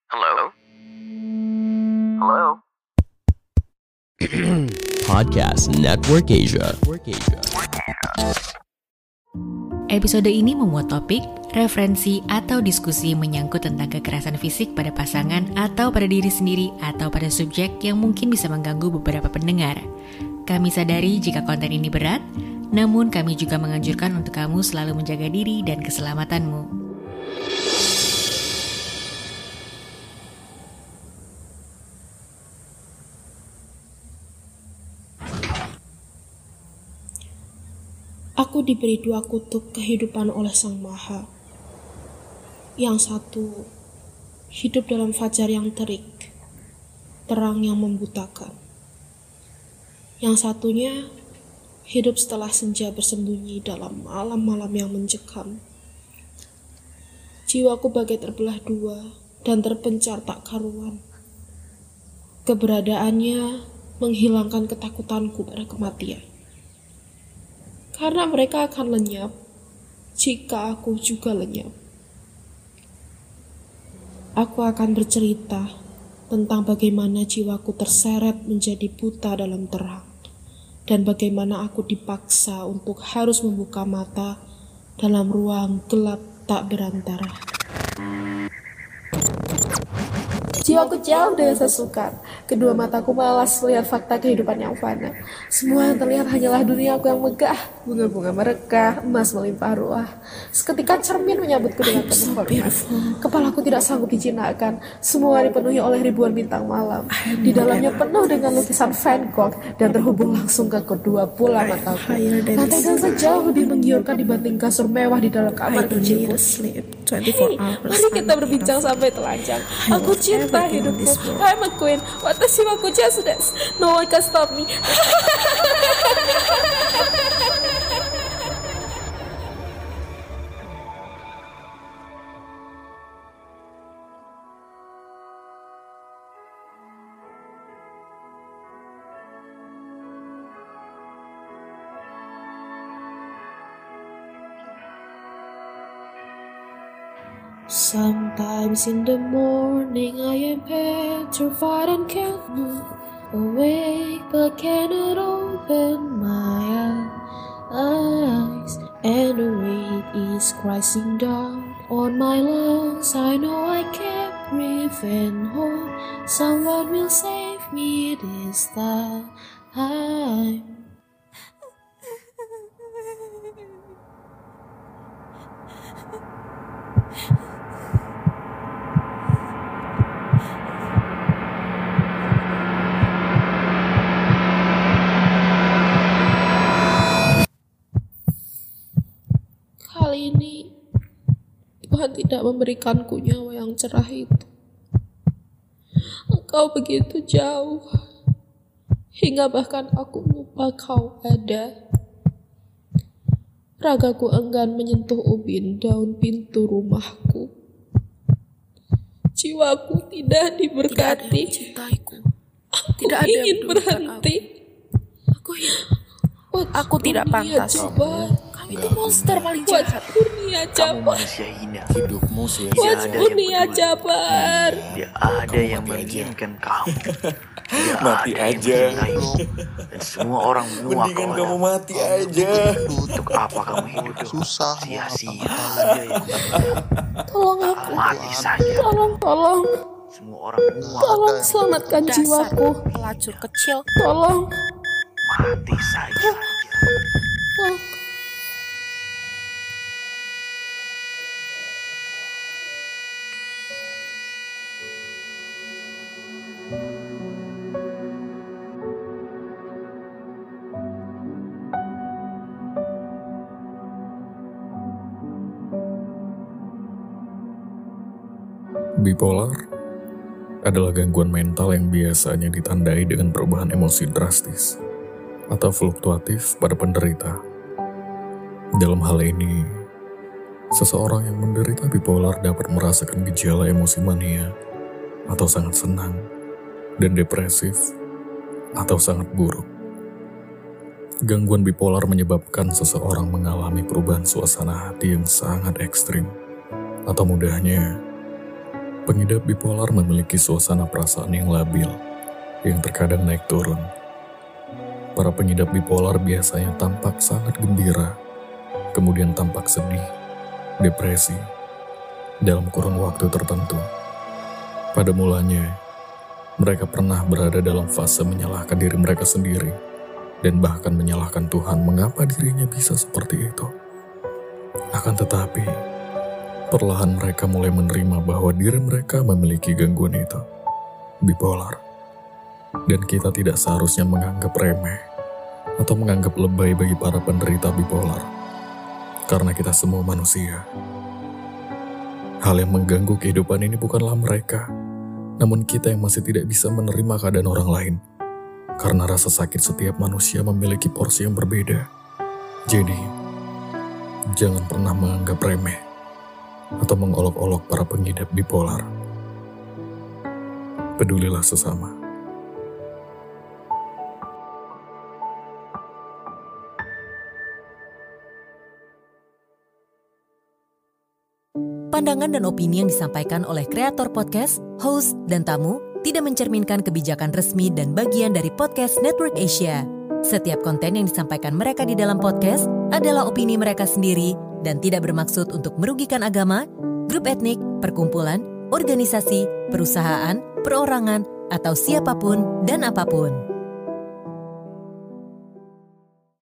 Halo? Halo? Podcast Network Asia. Episode ini memuat topik, referensi, atau diskusi menyangkut tentang kekerasan fisik pada pasangan atau pada diri sendiri atau pada subjek yang mungkin bisa mengganggu beberapa pendengar. Kami sadari jika konten ini berat, namun kami juga menganjurkan untuk kamu selalu menjaga diri dan keselamatanmu. Aku diberi dua kutub kehidupan oleh Sang Maha. Yang satu, hidup dalam fajar yang terik, terang yang membutakan. Yang satunya, hidup setelah senja bersembunyi dalam malam-malam yang mencekam. Jiwaku bagai terbelah dua dan terpencar tak karuan. Keberadaannya menghilangkan ketakutanku pada kematian. Karena mereka akan lenyap jika aku juga lenyap. Aku akan bercerita tentang bagaimana jiwaku terseret menjadi buta dalam terang, dan bagaimana aku dipaksa untuk harus membuka mata dalam ruang gelap tak berantara. Jiwaku jauh dari sesukat. Kedua mataku malas melihat fakta kehidupan yang fana. Semua yang terlihat hanyalah duniaku yang megah. Bunga-bunga merekah, emas melimpah ruah. Seketika cermin menyambutku dengan penuh hormat. Kepalaku tidak sanggup dijinakkan. Semua dipenuhi oleh ribuan bintang malam. Di dalamnya penuh dengan lukisan Van Gogh dan terhubung langsung ke kedua bola mataku. Lantai dan jauh lebih menggiurkan dibanding kasur mewah di dalam kamar kecilku. Hei, mari kita berbincang sampai telanjang. Aku cinta hidupku. I'm a queen. Watashi wa kujasu desu. No one can stop me. Sometimes in the morning I am petrified and can't move awake, but cannot open my eyes, and the weight is crashing down on my lungs. I know I can't breathe and hope someone will save me this time. Kali ini, Tuhan tidak memberikanku nyawa yang cerah itu. Engkau begitu jauh, hingga bahkan aku lupa kau ada. Ragaku enggan menyentuh ubin daun pintu rumahku. Jiwaku tidak diberkati. Aku ingin berhenti. Aku tidak pantas. Itu monster paling jahat. Kamu manusia hina. Hidupmu Tidak ada yang peduli. Jabar. Tidak ada yang menginginkan kamu. Tidak Mati ada yang aja. mencintaimu. Dan semua orang muak Mendingan kau. kamu mati aja. Untuk apa kamu hidup? Susah Sia-sia aja yang Tolong aku. mati saja. Tolong. Semua orang muak. Tolong selamatkan jiwaku. Pelacur kecil. Tolong. Mati saja. Bipolar adalah gangguan mental yang biasanya ditandai dengan perubahan emosi drastis atau fluktuatif pada penderita. Dalam hal ini, seseorang yang menderita bipolar dapat merasakan gejala emosi mania atau sangat senang dan depresif atau sangat buruk. Gangguan bipolar menyebabkan seseorang mengalami perubahan suasana hati yang sangat ekstrim, atau mudahnya, Pengidap bipolar memiliki suasana perasaan yang labil, yang terkadang naik turun. Para pengidap bipolar biasanya tampak sangat gembira, kemudian tampak sedih, depresi, dalam kurun waktu tertentu. Pada mulanya, mereka pernah berada dalam fase menyalahkan diri mereka sendiri, dan bahkan menyalahkan Tuhan mengapa dirinya bisa seperti itu. Akan tetapi, perlahan mereka mulai menerima bahwa diri mereka memiliki gangguan itu, bipolar. Dan kita tidak seharusnya menganggap remeh atau menganggap lebay bagi para penderita bipolar, karena kita semua manusia. Hal yang mengganggu kehidupan ini bukanlah mereka, namun kita yang masih tidak bisa menerima keadaan orang lain, karena rasa sakit setiap manusia memiliki porsi yang berbeda. Jadi, jangan pernah menganggap remeh atau mengolok-olok para pengidap bipolar. Pedulilah sesama. Pandangan dan opini yang disampaikan oleh kreator podcast, host, dan tamu tidak mencerminkan kebijakan resmi dan bagian dari podcast Network Asia. Setiap konten yang disampaikan mereka di dalam podcast adalah opini mereka sendiri dan tidak bermaksud untuk merugikan agama, grup etnik, perkumpulan, organisasi, perusahaan, perorangan, atau siapapun dan apapun.